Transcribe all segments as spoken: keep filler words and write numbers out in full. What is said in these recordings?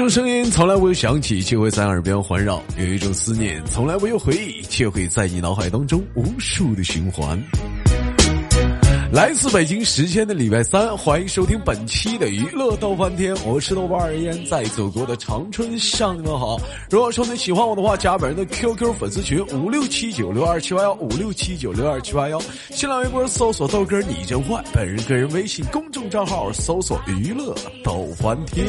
种声音从来未有响起，却会在耳边环绕；有一种思念从来未有回忆，却会在你脑海当中无数的循环。来自北京时间的礼拜三，欢迎收听本期的娱乐逗翻天，我是豆瓣而言，在祖国的长春向你们好。如果说你喜欢我的话，加本人的 Q Q 粉丝群五六七九六二七八幺五六七九六二七八幺，新浪微博搜索豆哥你真坏，本人个人微信公众账号搜索娱乐逗翻天。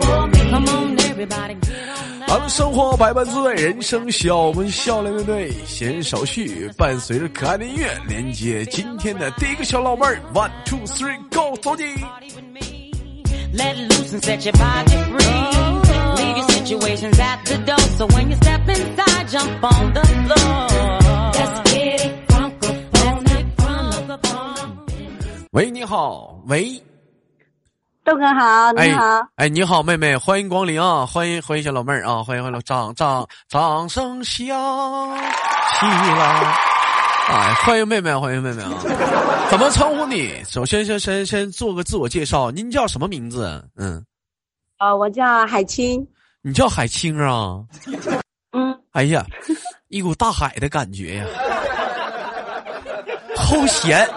好了，生活百般滋味，人生需要我们笑脸面对。闲言少叙，伴随着可爱的音乐，连接今天的第一个小老妹儿 ，one two three go， 走你。Let loose and set your body free. Leave your situations at the door. So when you step inside, jump on the floor. Let's get it crunk upon it, crunk upon it. 喂，你好，喂。 豆哥好，你好， 哎，哎，你好，妹妹，欢迎光临啊，欢迎欢迎小老妹儿啊，欢迎欢迎，掌掌掌声响起来，哎，欢迎妹妹，欢迎妹妹啊，怎么称呼你？首先先先先做个自我介绍，您叫什么名字？嗯， 呃，我叫海清。 你叫海清啊？ 嗯， 哎呀，一股大海的感觉呀，齁咸。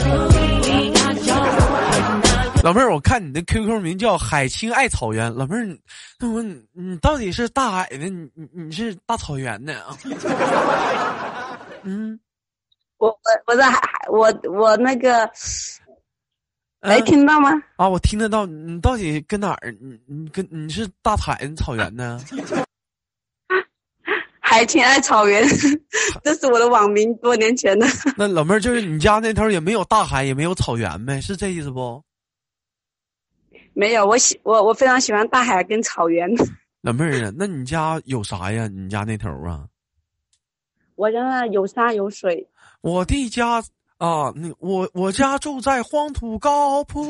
老妹儿，我看你的 Q Q 名叫海清爱草原。老妹儿，那我你你到底是大海的，你你你是大草原的啊？嗯， 我我我在海，我我那个，没、呃、听到吗？ 啊，我听得到。你到底跟哪儿？你你跟你是大海草原呢？ 海清爱草原，这是我的网名，多年前的。 那老妹儿，就是你家那头也没有大海，也没有草原呗，是这意思不？ 没有，我喜我我非常喜欢大海跟草原。 老妹儿啊，那你家有啥呀？你家那头啊？ 我家那有山有水。 我的家啊，那我我家住在黄土高坡。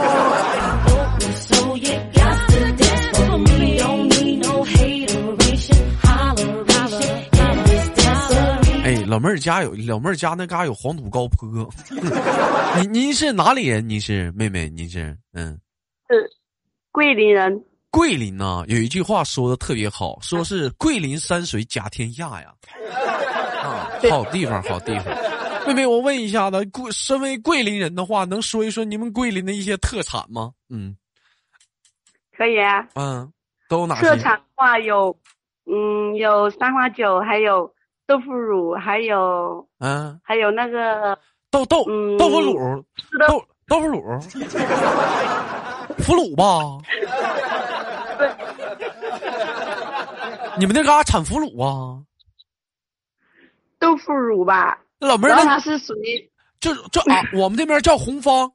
哎，老妹儿家有老妹儿家那嘎有黄土高坡。你您是哪里人？你是妹妹？你是嗯。 是桂林人。 桂林呢、啊，有一句话说的特别好，说是桂林山水甲天下呀。啊，好地方，好地方。妹妹，我问一下子，贵身为桂林人的话，能说一说你们桂林的一些特产吗？嗯， 可以啊。 嗯，都有哪些？ 特产的话有，嗯，有三花酒，还有豆腐乳，还有， 嗯，还有那个豆豆、嗯、豆腐乳，豆豆腐乳。腐乳吧？你们那嘎产腐乳啊？ 豆腐乳吧？ 老妹儿， 那它是属于就就啊，我们这边叫红方，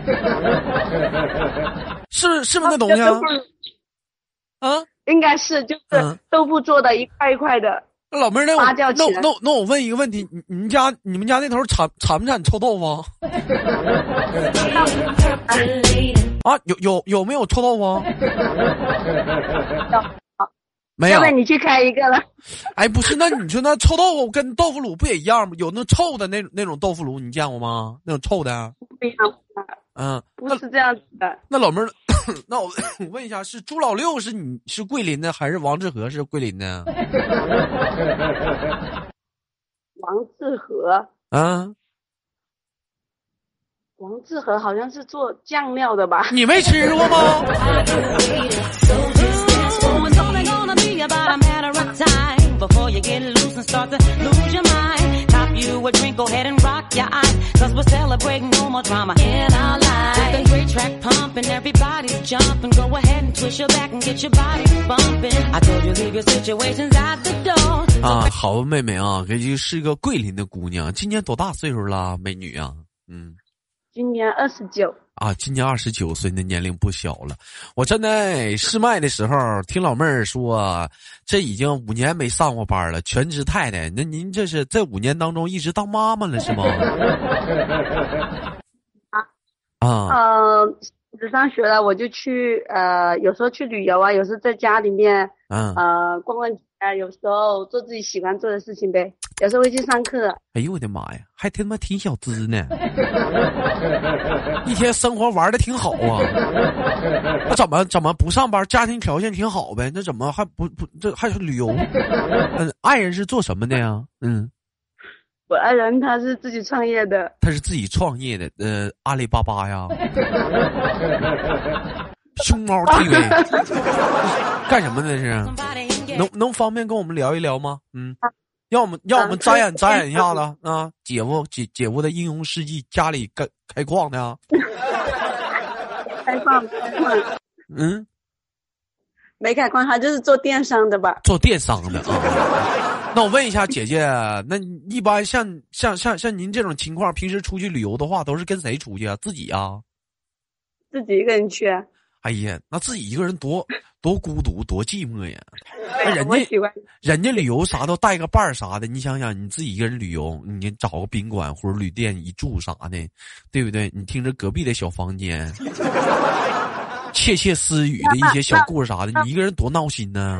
是是不是那东西啊？啊， 应该是就是豆腐做的一块一块的。 嗯、老妹儿，那我那那那那我问一个问题，你你们家你们家那头产产不产臭豆腐？啊，有有有没有臭豆腐？没有。 要不然你去开一个了。 哎，不是，那你说那臭豆腐跟豆腐乳不也一样吗？有那臭的那那种豆腐乳，你见过吗？那种臭的？ 不一样。 嗯， 不是这样子的。 那老妹儿，那我我问一下，是朱老六是你是桂林的，还是王致和是桂林的？ 王致和。 嗯。 王致和好像是做酱料的吧？ 你没吃过吗？啊，好妹妹啊，这就是个桂林的姑娘，今年多大岁数了，美女啊？嗯。 今年二十九啊，今年二十九岁，那年龄不小了。我站在试麦的时候，听老妹儿说，这已经五年没上过班了，全职太太。那您这是在五年当中一直当妈妈了是吗？ 啊啊，呃，只上学了，我就去呃，有时候去旅游啊，有时候在家里面，嗯，呃，逛逛啊，有时候做自己喜欢做的事情呗。 有时候会去上课。 哎呦我的妈呀，还他妈挺小资呢，一天生活玩的挺好啊。那怎么怎么不上班？家庭条件挺好呗，那怎么还不不这还是旅游？嗯，爱人是做什么的呀？嗯。 我爱人他是自己创业的， 他是自己创业的，呃，阿里巴巴呀，熊猫 T V， 干什么的是？能能方便跟我们聊一聊吗？嗯，要我们要我们展演展演一下子啊，姐夫姐姐夫的英雄事迹，家里开开矿的啊， 开矿开矿， 嗯， 没开矿，他就是做电商的吧？ 做电商的啊。那我问一下姐姐，那一般像像像像您这种情况，平时出去旅游的话，都是跟谁出去啊？自己啊？ 自己一个人去。 哎呀，那自己一个人多多孤独，多寂寞呀！那人家人家旅游啥都带个伴儿啥的，你想想你自己一个人旅游，你找个宾馆或者旅店一住啥的，对不对？你听着隔壁的小房间，窃窃私语的一些小故事啥的，你一个人多闹心呢。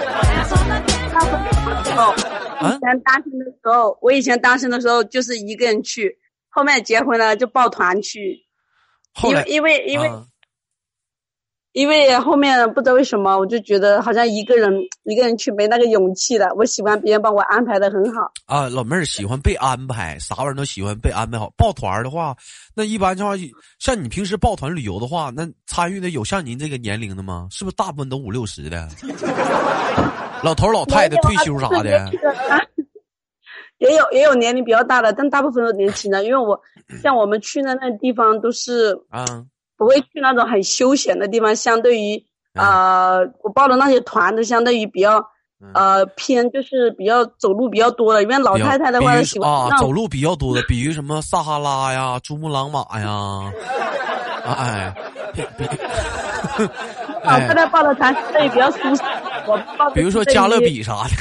以前单身的时候，我以前单身的时候就是一个人去，后面结婚了就抱团去。 后来因为因为、 啊、 因为后面不知道为什么，我就觉得好像一个人一个人去没那个勇气了。我喜欢别人帮我安排的很好啊。老妹儿喜欢被安排，啥玩意儿都喜欢被安排好。抱团的话，那一般的话，像你平时抱团旅游的话，那参与的有像您这个年龄的吗？是不是大部分都五六十的？老头老太太退休啥的， 也有也有年龄比较大的，但大部分都年轻的。因为我像我们去的那个地方都是啊， 不会去那种很休闲的地方，相对于呃我报的那些团都相对于比较呃偏，就是比较走路比较多的。因为老太太的话喜欢啊走路比较多的，比如什么撒哈拉呀、珠穆朗玛呀，哎， 老太太报的团相对比较舒适。我比如说加勒比啥的，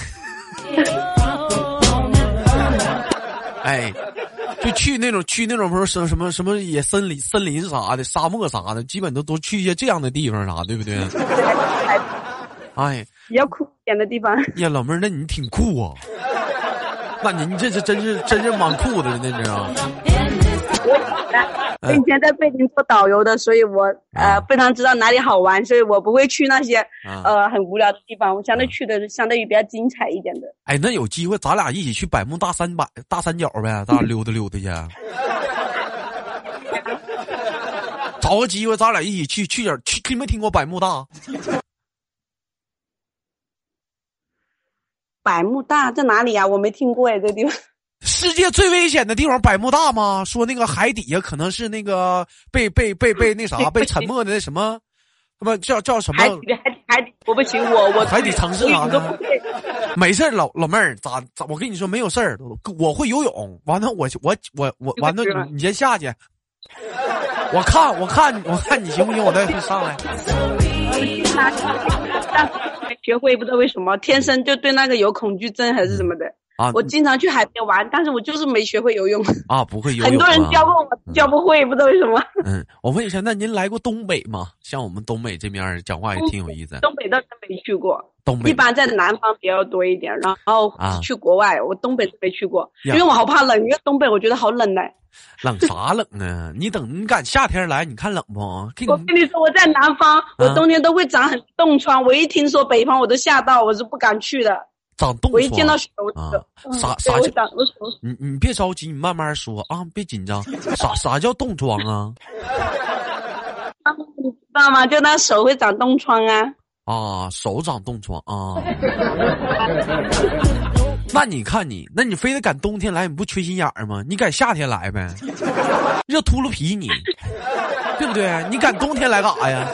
哎，就去那种去那种不是什么什么什么野森林森林啥的，沙漠啥的，基本都都去一些这样的地方啥，对不对？哎， 比较酷一点的地方。 呀，老妹儿，那你挺酷啊！那您这是真是真是蛮酷的，那是啊。 我以前在北京做导游的，所以我呃非常知道哪里好玩，所以我不会去那些呃很无聊的地方，我相对去的是相对于比较精彩一点的。 哎，那有机会咱俩一起去百慕大三百大三角呗，咱俩溜达溜达去。找个机会咱俩一起去去点去，听没听过百慕大？ 百慕大在哪里呀、啊？我没听过哎，这个地方。 世界最危险的地方百慕大吗？说那个海底下可能是那个被被被被那啥被沉没的那什么，什么叫叫什么？ 海底海底海底，我不行，我我海底城市啥的。没事，老老妹儿，咋咋？我跟你说没有事儿，我会游泳。完了，我我我我完了，你你先下去。我看我看我看你行不行？我再上来。 没学会，不知道为什么，天生就对那个有恐惧症还是什么的。啊，我经常去海边玩，但是我就是没学会游泳啊，不会游泳、啊。 很多人教过我，教不会，嗯、不知道为什么。 嗯，我问一下，那您来过东北吗？像我们东北这边讲话也挺有意思。 东北倒是没去过， 东北一般在南方比较多一点，然后去国外，啊、我东北没去过，因为我好怕冷，因为东北我觉得好冷呢。 冷啥冷啊？你等你赶夏天来，你看冷不？ 我跟你说，我在南方，我冬天都会长很冻疮，我一听说北方我都吓到，我是不敢去的。 长冻疮， 我一见到手啊，啥啥叫？你你别着急，你慢慢说啊，别紧张。啥啥叫冻疮啊？ 你知道吗？就那手会长冻疮啊。 啊，手长冻疮啊。那你看你，那你非得赶冬天来，你不缺心眼儿吗？你赶夏天来呗，热秃噜皮你，对不对？你赶冬天来干啥呀？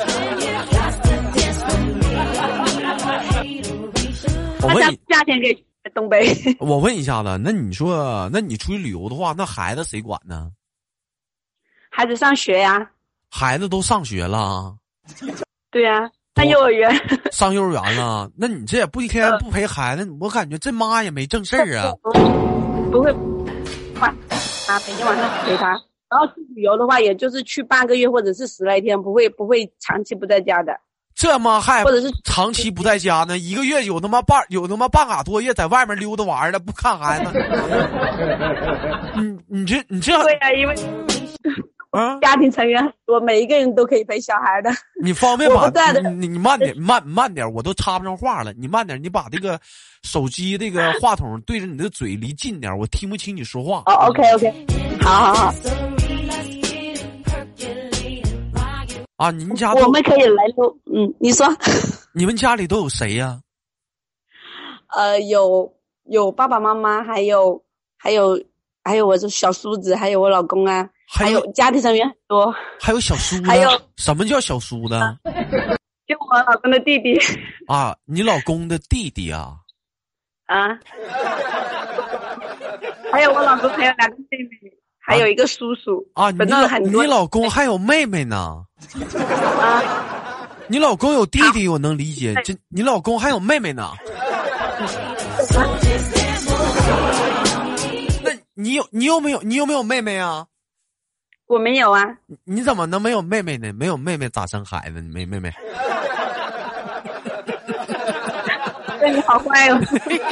我问你， 夏天给东北。 我问一下子，那你说，那你出去旅游的话，那孩子谁管呢？ 孩子上学呀、啊。 孩子都上学了。 对呀、啊，上幼儿园。 上幼儿园了，那你这也不一天不陪孩子，我感觉这妈也没正事儿啊。 不会，晚啊，每天晚上陪他。然后去旅游的话，也就是去半个月或者是十来天，不会不会长期不在家的。 这么还或者是长期不在家呢？一个月有他妈半有他妈半个多月在外面溜达玩的，不看孩子？你你这你这对呀、啊，因为啊，家庭成员很多，每一个人都可以陪小孩的。 你方便把你你慢点慢慢点，我都插不上话了。你慢点，你把这个手机这个话筒对着你的嘴离近点，我听不清你说话。 哦 ，OK OK， 好好好。 啊，您家我们可以来录，嗯，你说。 你们家里都有谁呀、 啊？呃，有有爸爸妈妈，还有还有还有我这小叔子，还有我老公啊，还有家庭成员很多， 还有小叔子。 还有什么叫小叔子？啊、 就我老公的弟弟。 啊，你老公的弟弟啊？ 啊。还有我老公还有两个妹妹。还有一个叔叔啊，你老你老公还有妹妹呢？ 啊， 你老公有弟弟我能理解，这你老公还有妹妹呢？那你有你有没有你有没有妹妹啊？ 我没有啊。 你怎么能没有妹妹呢？没有妹妹咋生孩子？你没妹妹？ 对你好坏哦。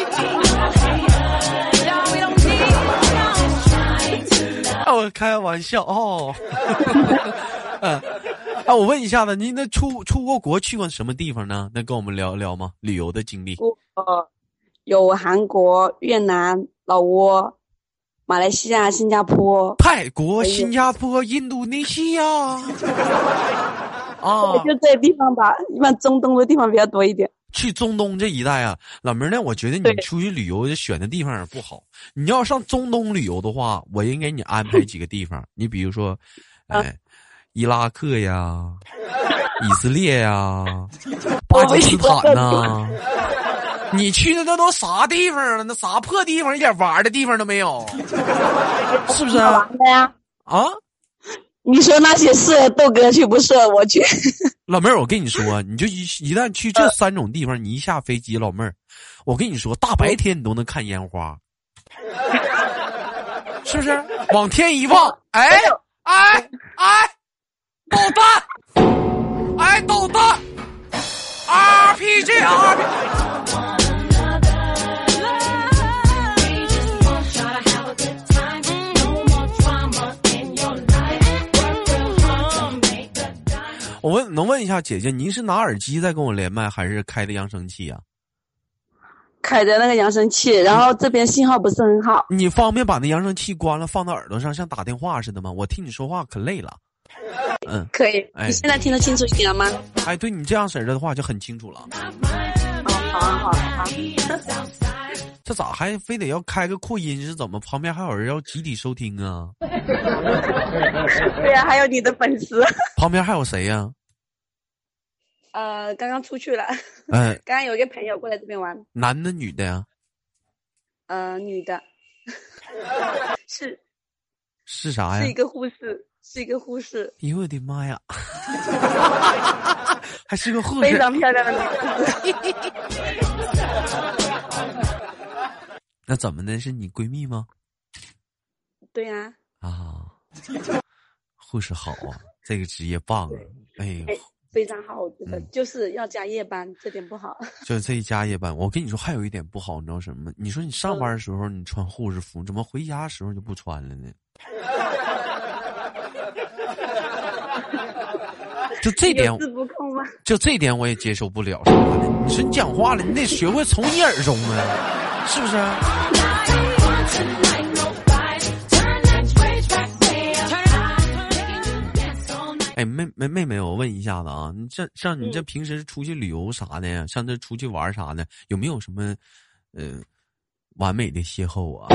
我开玩笑哦。嗯，啊，我问一下子，您那出出过国去过什么地方呢？能跟我们聊聊吗？旅游的经历？ 呃，有韩国、越南、老挝、马来西亚、新加坡、 泰国、新加坡、印度尼西亚。啊， 就这些地方吧，一般中东的地方比较多一点。 去中东这一带啊，老妹儿呢？我觉得你出去旅游选的地方也不好。你要上中东旅游的话，我应该给你安排几个地方。你比如说，哎，啊、伊拉克呀，以色列呀，巴基斯坦呐。你去的那都啥地方了？那啥破地方，一点玩的地方都没有，是不是？ 玩的呀？ 啊？ 你说那些适合豆哥去，不适合我去。 老妹儿，我跟你说，你就一一旦去这三种地方，你一下飞机，老妹儿，我跟你说，大白天你都能看烟花，是不是？往天一望，哎哎哎，导弹，哎导弹 ，R P G R P G。我问能问一下姐姐，您是拿耳机在跟我连麦，还是开的扬声器啊？ 开的那个扬声器，然后这边信号不是很好。 你方便把那扬声器关了，放到耳朵上，像打电话似的吗？我听你说话可累了。嗯， 可以。哎、你现在听得清楚一点了吗？ 哎，对你这样式的话就很清楚了。 好好好好。 这咋还非得要开个扩音？是怎么？旁边还有人要集体收听啊？ 对呀、啊，还有你的粉丝。 旁边还有谁呀、 啊？呃，刚刚出去了。 嗯、呃， 刚刚有一个朋友过来这边玩。 男的女的呀？ 呃，女的。是。 是啥呀？ 是一个护士，是一个护士。 哎呦我的妈呀！还是个护士， 非常漂亮的女护士。 那怎么的？是你闺蜜吗？ 对呀、 啊。啊，护士好啊，这个职业棒啊！哎呦。 非常好，我觉得、嗯、就是要加夜班，这点不好。 就这一加夜班，我跟你说还有一点不好，你知道什么吗？你说你上班的时候你穿护士服，怎么回家的时候就不穿了呢？就这点，就这点我也接受不了。啥的？你说你讲话了，你得学会从一而终啊，是不是？哎，妹妹妹妹，我问一下子啊，你这像你这平时出去旅游啥的呀，像这出去玩啥的，有没有什么呃完美的邂逅啊？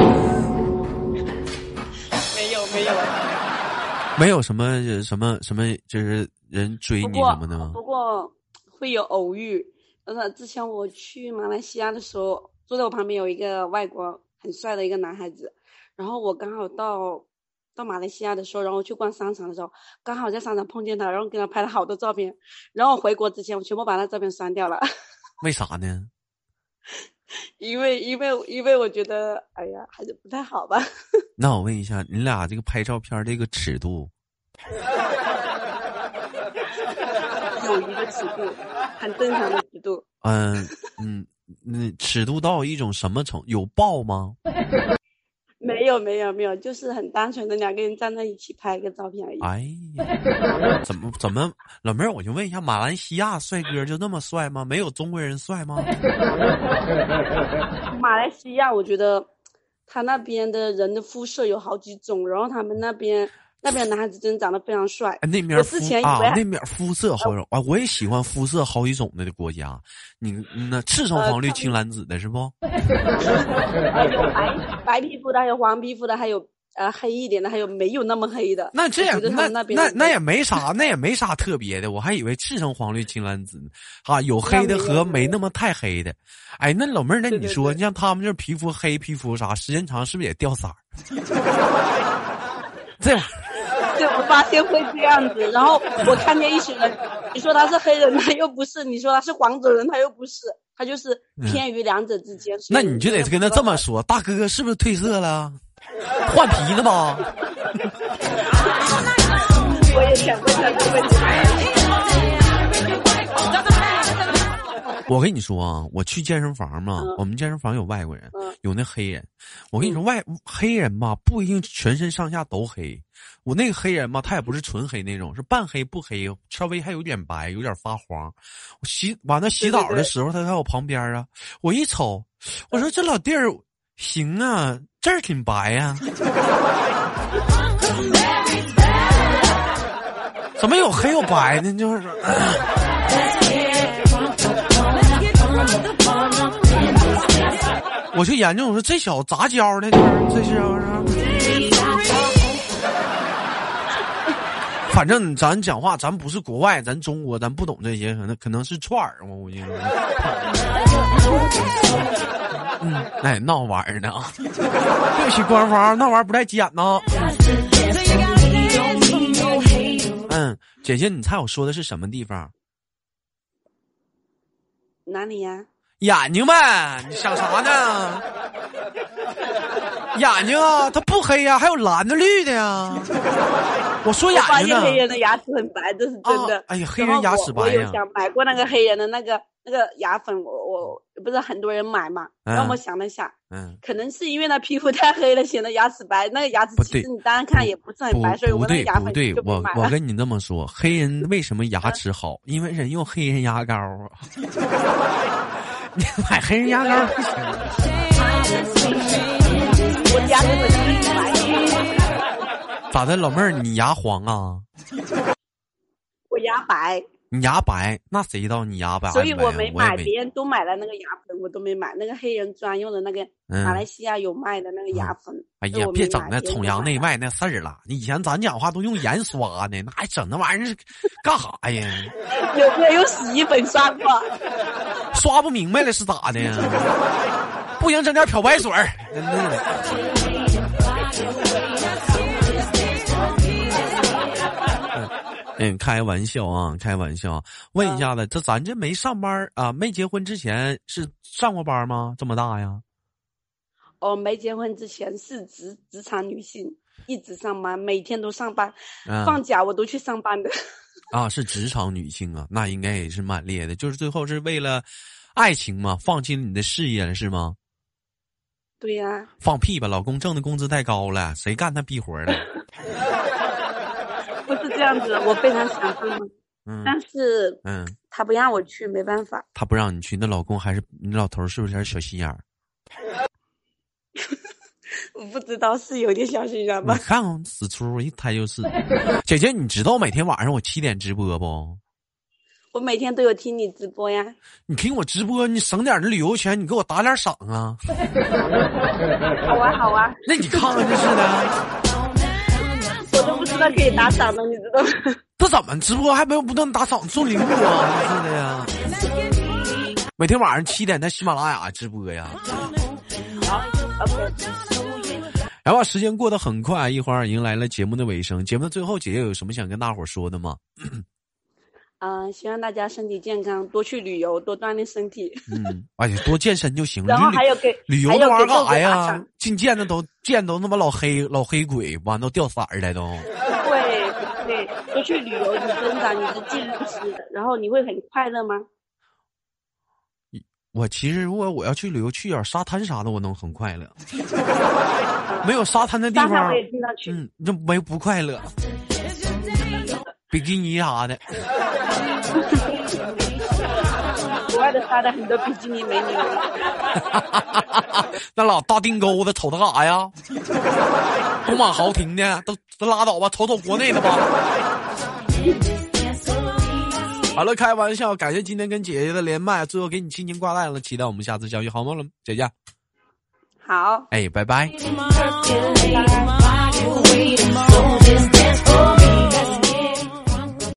没有没有， 没有什么什么什么，就是人追你什么的吗？ 不过会有偶遇。呃，之前我去马来西亚的时候，坐在我旁边有一个外国很帅的一个男孩子，然后我刚好到。到马来西亚的时候，然后去逛商场的时候，刚好在商场碰见他，然后给他拍了好多照片。然后回国之前，我全部把他照片删掉了。 为啥呢？ 因为因为因为我觉得，哎呀，还是不太好吧。 那我问一下，你俩这个拍照片这个尺度？ 有某一个尺度，很正常的尺度。 嗯嗯，那尺度到一种什么程度？有爆吗？ 没有没有没有，就是很单纯的两个人站在一起拍一个照片而已。 哎呀，怎么怎么，老妹儿，我就问一下，马来西亚帅哥就那么帅吗？没有中国人帅吗？ 马来西亚，我觉得他那边的人的肤色有好几种，然后他们那边那边男孩子真的长得非常帅。 那边我之前以为、 啊，那边肤色好种啊，我也喜欢肤色好几种的国家。你那赤橙黄绿青蓝紫的是不？ 呃，有白白皮肤的，还有黄皮肤的，还有呃黑一点的，还有没有那么黑的。 那这样那那那那也没啥，那也没啥特别的。我还以为赤橙黄绿青蓝紫啊，有黑的和没那么太黑的。哎，那老妹儿，那你说，像他们这皮肤黑皮肤啥，时间长是不是也掉色儿？这玩意儿。 对，我发现会这样子，然后我看见一群人，你说他是黑人，他又不是；你说他是黄种人，他又不是，他就是偏于两者之间。嗯、 那你就得跟他这么说，大哥是不是褪色了？换皮了吗？ 我也想过这个问题。 我跟你说啊，我去健身房嘛，嗯、我们健身房有外国人，嗯、有那黑人。我跟你说，外、嗯、黑人吧，不一定全身上下都黑。我那个黑人嘛，他也不是纯黑那种，是半黑不黑，稍微还有点白，有点发黄。我洗完了洗澡的时候，对对对他在我旁边啊，我一瞅，我说这老弟儿行啊，这儿挺白呀、啊，怎么有黑有白呢？就是。我就研究，我说这小子杂交的，这是反正咱讲话，咱不是国外，咱中国，咱不懂这些，可能可能是串儿，我估计。嗯，哎，闹玩儿呢，对不起，官方，那玩意儿不带剪呢。嗯，姐姐，你猜我说的是什么地方？ 哪里呀、啊？ 眼睛呗，你想啥呢？眼睛啊，它不黑呀、啊，还有蓝的、绿的呀。我说眼睛呢。 我发现黑人的牙齿很白，这是真的。 啊、哎呀，黑人牙齿白呀。 我有想买过那个黑人的那个那个牙粉，我我不是很多人买嘛。嗯、让我想了想，嗯，可能是因为他皮肤太黑了，显得牙齿白。那个牙齿其实你单单看也不是很白，所以我那个牙粉就没买了。 不对，我我跟你这么说，黑人为什么牙齿好？因为人用黑人牙膏啊。你买黑人牙膏不行。 我牙白。 咋的，老妹儿，你牙黄啊？ 我牙白。 你牙白，那谁知道你牙白？ 所以我没买，别人都买了那个牙粉，我都没买。那个黑人专用的那个，嗯、马来西亚有卖的那个牙粉。嗯、 哎呀，别整那崇洋媚外那事儿了。以前咱讲话都用盐刷呢，那还整那玩意儿干啥呀？ 有没有用洗衣粉刷过？ 刷不明白了是咋的呀？不行，整点漂白水儿。嗯，开玩笑啊，开玩笑。问一下子，这咱这没上班啊？没结婚之前是上过班吗？这么大呀？ 哦，没结婚之前是职职场女性，一直上班，每天都上班，嗯、放假我都去上班的。 啊，是职场女性啊，那应该也是蛮烈的。就是最后是为了爱情嘛，放弃了你的事业了是吗？ 对呀、啊。 放屁吧，老公挣的工资太高了，谁干他逼活的？ 不是这样子，我非常想去，嗯，但是，嗯，他不让我去，没办法。 他不让你去，那老公还是你老头是不是有点小心眼儿？ 我不知道，是有点小心眼吧。 你看看死出一胎就是。姐姐，你知道每天晚上我七点直播不？ 我每天都有听你直播呀。 你听我直播，你省点的旅游钱，你给我打点赏啊。 好啊，好啊。 那你看看这是的。 我都不知道可以打赏的，你知道吗？ 这怎么直播还没有不断打赏送礼物啊？是的呀。每天晚上七点在喜马拉雅直播呀。 好 ，OK。 然后时间过得很快，一会儿迎来了节目的尾声。节目的最后，姐姐有什么想跟大伙说的吗？ 嗯、呃，希望大家身体健康，多去旅游，多锻炼身体。 嗯，哎呀，多健身就行了。 然后还有给旅游那玩意儿干啥呀？净见的都见都他妈老黑老黑鬼，完都掉色儿了都。 对。 对，多去旅游，你增长你的见识，然后你会很快乐吗？ 我其实如果我要去旅游，去点沙滩啥的，我能很快乐。没有沙滩的地方， 我也经常去， 嗯，这没不快乐。比基尼啥的。 国外的沙滩很多比基尼美女。 那老大腚沟子瞅他干啥呀？宝马豪庭的都都拉倒吧，瞅瞅国内的吧。好了，开玩笑，感谢今天跟姐姐的连麦，最后给你轻轻挂断了，期待我们下次相遇，好吗？姐姐。 好。 哎，拜拜。 拜拜。